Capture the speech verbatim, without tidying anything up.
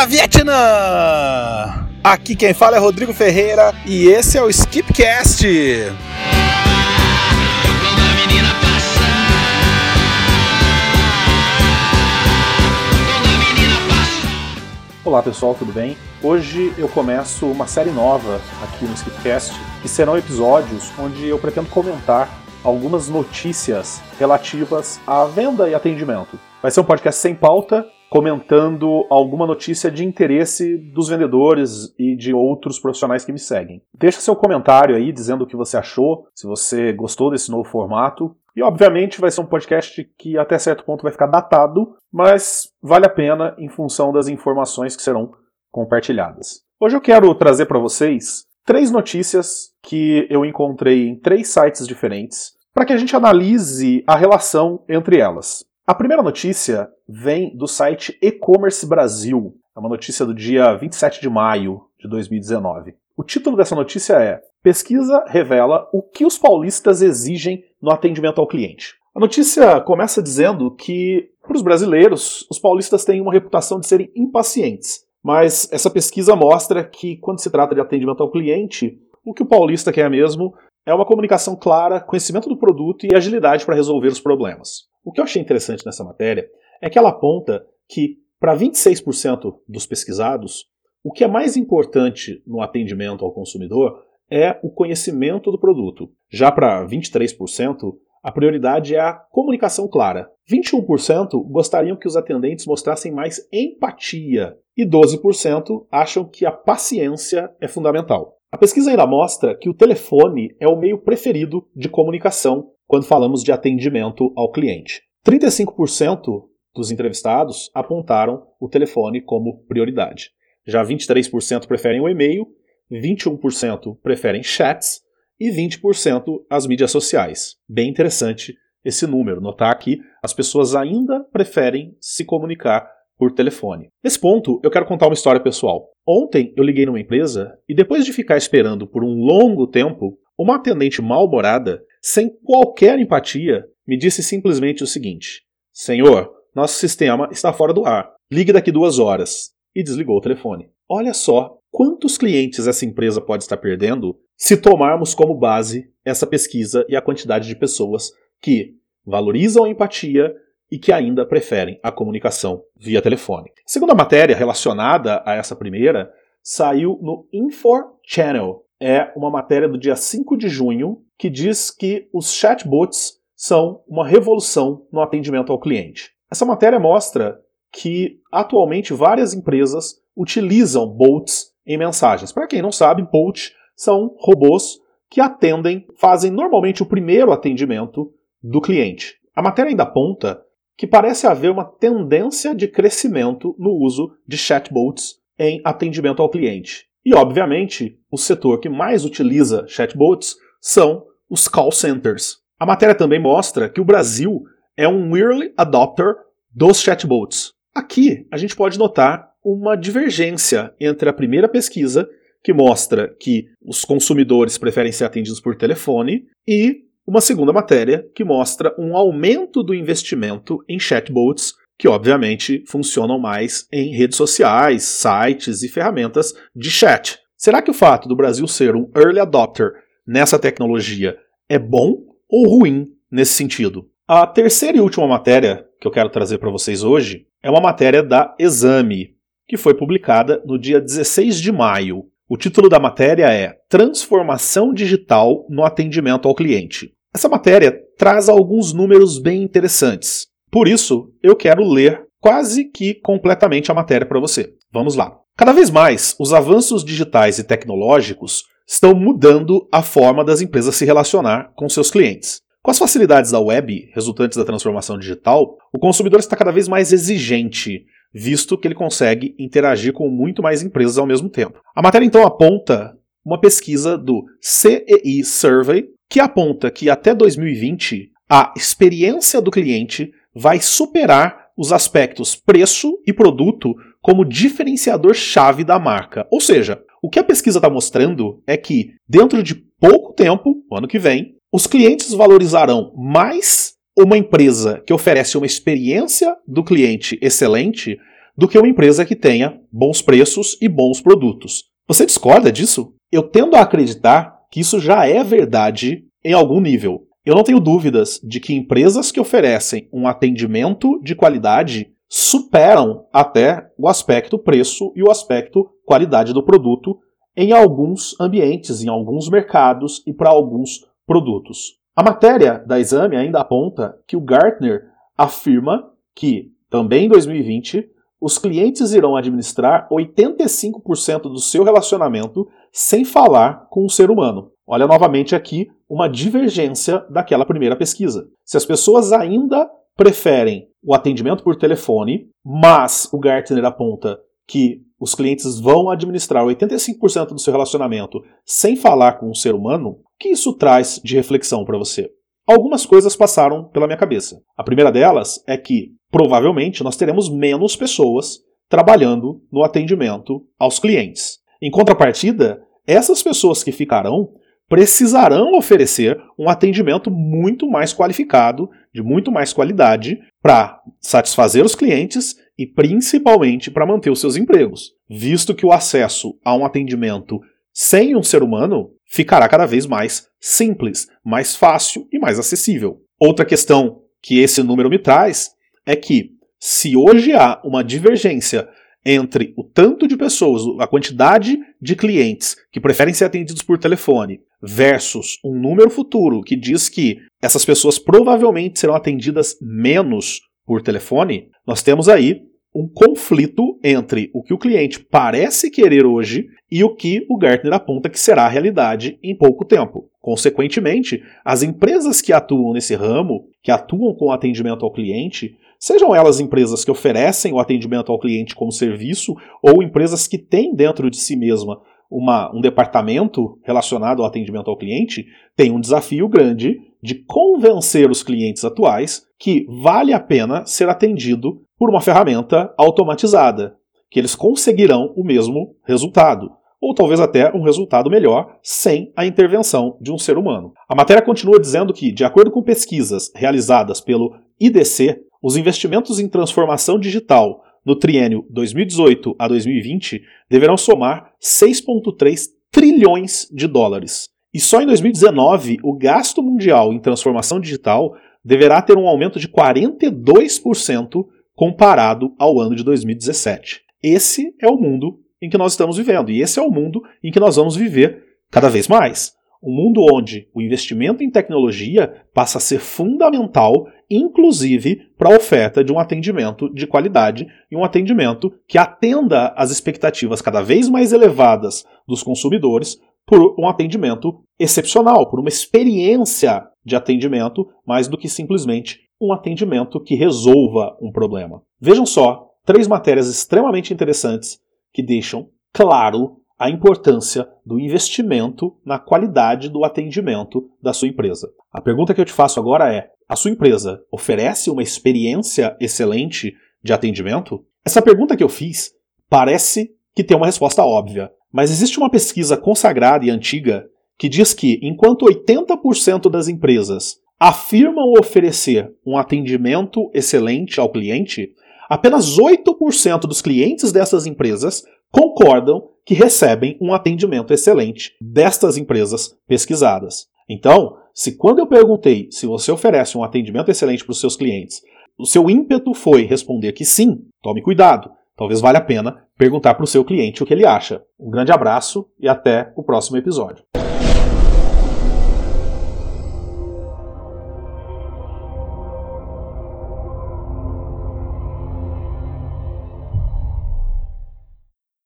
Olá, Vietnã! Aqui quem fala é Rodrigo Ferreira e esse é o Skipcast. Olá pessoal, tudo bem? Hoje eu começo uma série nova aqui no Skipcast, que serão episódios onde eu pretendo comentar algumas notícias relativas à venda e atendimento. Vai ser um podcast sem pauta, comentando alguma notícia de interesse dos vendedores e de outros profissionais que me seguem. Deixa seu comentário aí dizendo o que você achou, se você gostou desse novo formato. E obviamente vai ser um podcast que até certo ponto vai ficar datado, mas vale a pena em função das informações que serão compartilhadas. Hoje eu quero trazer para vocês três notícias que eu encontrei em três sites diferentes para que a gente analise a relação entre elas. A primeira notícia vem do site E-Commerce Brasil. É uma notícia do dia vinte e sete de maio de dois mil e dezenove. O título dessa notícia é: Pesquisa revela o que os paulistas exigem no atendimento ao cliente. A notícia começa dizendo que, para os brasileiros, os paulistas têm uma reputação de serem impacientes. Mas essa pesquisa mostra que, quando se trata de atendimento ao cliente, o que o paulista quer mesmo é uma comunicação clara, conhecimento do produto e agilidade para resolver os problemas. O que eu achei interessante nessa matéria é que ela aponta que, para vinte e seis por cento dos pesquisados, o que é mais importante no atendimento ao consumidor é o conhecimento do produto. Já para vinte e três por cento, a prioridade é a comunicação clara. vinte e um por cento gostariam que os atendentes mostrassem mais empatia e doze por cento acham que a paciência é fundamental. A pesquisa ainda mostra que o telefone é o meio preferido de comunicação quando falamos de atendimento ao cliente. trinta e cinco por cento dos entrevistados apontaram o telefone como prioridade. Já vinte e três por cento preferem o e-mail, vinte e um por cento preferem chats e vinte por cento as mídias sociais. Bem interessante esse número, notar que as pessoas ainda preferem se comunicar por telefone. Nesse ponto, eu quero contar uma história pessoal. Ontem eu liguei numa empresa e depois de ficar esperando por um longo tempo, uma atendente mal-humorada, sem qualquer empatia, me disse simplesmente o seguinte: Senhor, nosso sistema está fora do ar. Ligue daqui duas horas. E desligou o telefone. Olha só quantos clientes essa empresa pode estar perdendo se tomarmos como base essa pesquisa e a quantidade de pessoas que valorizam a empatia e que ainda preferem a comunicação via telefone. Segundo a matéria relacionada a essa primeira, saiu no Info Channel. É uma matéria do dia cinco de junho que diz que os chatbots são uma revolução no atendimento ao cliente. Essa matéria mostra que atualmente várias empresas utilizam bots em mensagens. Para quem não sabe, bots são robôs que atendem, fazem normalmente o primeiro atendimento do cliente. A matéria ainda aponta que parece haver uma tendência de crescimento no uso de chatbots em atendimento ao cliente. E, obviamente, o setor que mais utiliza chatbots são os call centers. A matéria também mostra que o Brasil é um early adopter dos chatbots. Aqui, a gente pode notar uma divergência entre a primeira pesquisa, que mostra que os consumidores preferem ser atendidos por telefone, e uma segunda matéria, que mostra um aumento do investimento em chatbots, que obviamente funcionam mais em redes sociais, sites e ferramentas de chat. Será que o fato do Brasil ser um early adopter nessa tecnologia é bom ou ruim nesse sentido? A terceira e última matéria que eu quero trazer para vocês hoje é uma matéria da Exame, que foi publicada no dia dezesseis de maio. O título da matéria é Transformação Digital no Atendimento ao Cliente. Essa matéria traz alguns números bem interessantes. Por isso, eu quero ler quase que completamente a matéria para você. Vamos lá. Cada vez mais, os avanços digitais e tecnológicos estão mudando a forma das empresas se relacionar com seus clientes. Com as facilidades da web, resultantes da transformação digital, o consumidor está cada vez mais exigente, visto que ele consegue interagir com muito mais empresas ao mesmo tempo. A matéria então aponta uma pesquisa do C E I Survey, que aponta que até dois mil e vinte a experiência do cliente vai superar os aspectos preço e produto como diferenciador-chave da marca. Ou seja, o que a pesquisa está mostrando é que, dentro de pouco tempo, no ano que vem, os clientes valorizarão mais uma empresa que oferece uma experiência do cliente excelente do que uma empresa que tenha bons preços e bons produtos. Você discorda disso? Eu tendo a acreditar que isso já é verdade em algum nível. Eu não tenho dúvidas de que empresas que oferecem um atendimento de qualidade superam até o aspecto preço e o aspecto qualidade do produto em alguns ambientes, em alguns mercados e para alguns produtos. A matéria da Exame ainda aponta que o Gartner afirma que, também em dois mil e vinte, os clientes irão administrar oitenta e cinco por cento do seu relacionamento sem falar com um ser humano. Olha novamente aqui uma divergência daquela primeira pesquisa. Se as pessoas ainda preferem o atendimento por telefone, mas o Gartner aponta que os clientes vão administrar oitenta e cinco por cento do seu relacionamento sem falar com um ser humano, o que isso traz de reflexão para você? Algumas coisas passaram pela minha cabeça. A primeira delas é que, provavelmente, nós teremos menos pessoas trabalhando no atendimento aos clientes. Em contrapartida, essas pessoas que ficarão precisarão oferecer um atendimento muito mais qualificado, de muito mais qualidade, para satisfazer os clientes e principalmente para manter os seus empregos, visto que o acesso a um atendimento sem um ser humano ficará cada vez mais simples, mais fácil e mais acessível. Outra questão que esse número me traz é que, se hoje há uma divergência entre o tanto de pessoas, a quantidade de clientes que preferem ser atendidos por telefone versus um número futuro que diz que essas pessoas provavelmente serão atendidas menos por telefone, nós temos aí um conflito entre o que o cliente parece querer hoje e o que o Gartner aponta que será a realidade em pouco tempo. Consequentemente, as empresas que atuam nesse ramo, que atuam com atendimento ao cliente, sejam elas empresas que oferecem o atendimento ao cliente como serviço ou empresas que têm dentro de si mesma uma, um departamento relacionado ao atendimento ao cliente, têm um desafio grande de convencer os clientes atuais que vale a pena ser atendido por uma ferramenta automatizada, que eles conseguirão o mesmo resultado, ou talvez até um resultado melhor sem a intervenção de um ser humano. A matéria continua dizendo que, de acordo com pesquisas realizadas pelo I D C, os investimentos em transformação digital no triênio dois mil e dezoito a dois mil e vinte deverão somar seis vírgula três trilhões de dólares. E só em dois mil e dezenove, o gasto mundial em transformação digital deverá ter um aumento de quarenta e dois por cento comparado ao ano de dois mil e dezessete. Esse é o mundo em que nós estamos vivendo, e esse é o mundo em que nós vamos viver cada vez mais. Um mundo onde o investimento em tecnologia passa a ser fundamental, inclusive para a oferta de um atendimento de qualidade e um atendimento que atenda às expectativas cada vez mais elevadas dos consumidores por um atendimento excepcional, por uma experiência de atendimento, mais do que simplesmente um atendimento que resolva um problema. Vejam só, três matérias extremamente interessantes que deixam claro a importância do investimento na qualidade do atendimento da sua empresa. A pergunta que eu te faço agora é: a sua empresa oferece uma experiência excelente de atendimento? Essa pergunta que eu fiz parece que tem uma resposta óbvia, mas existe uma pesquisa consagrada e antiga que diz que, enquanto oitenta por cento das empresas afirmam oferecer um atendimento excelente ao cliente, apenas oito por cento dos clientes dessas empresas concordam que recebem um atendimento excelente destas empresas pesquisadas. Então, se quando eu perguntei se você oferece um atendimento excelente para os seus clientes, o seu ímpeto foi responder que sim, tome cuidado. Talvez valha a pena perguntar para o seu cliente o que ele acha. Um grande abraço e até o próximo episódio.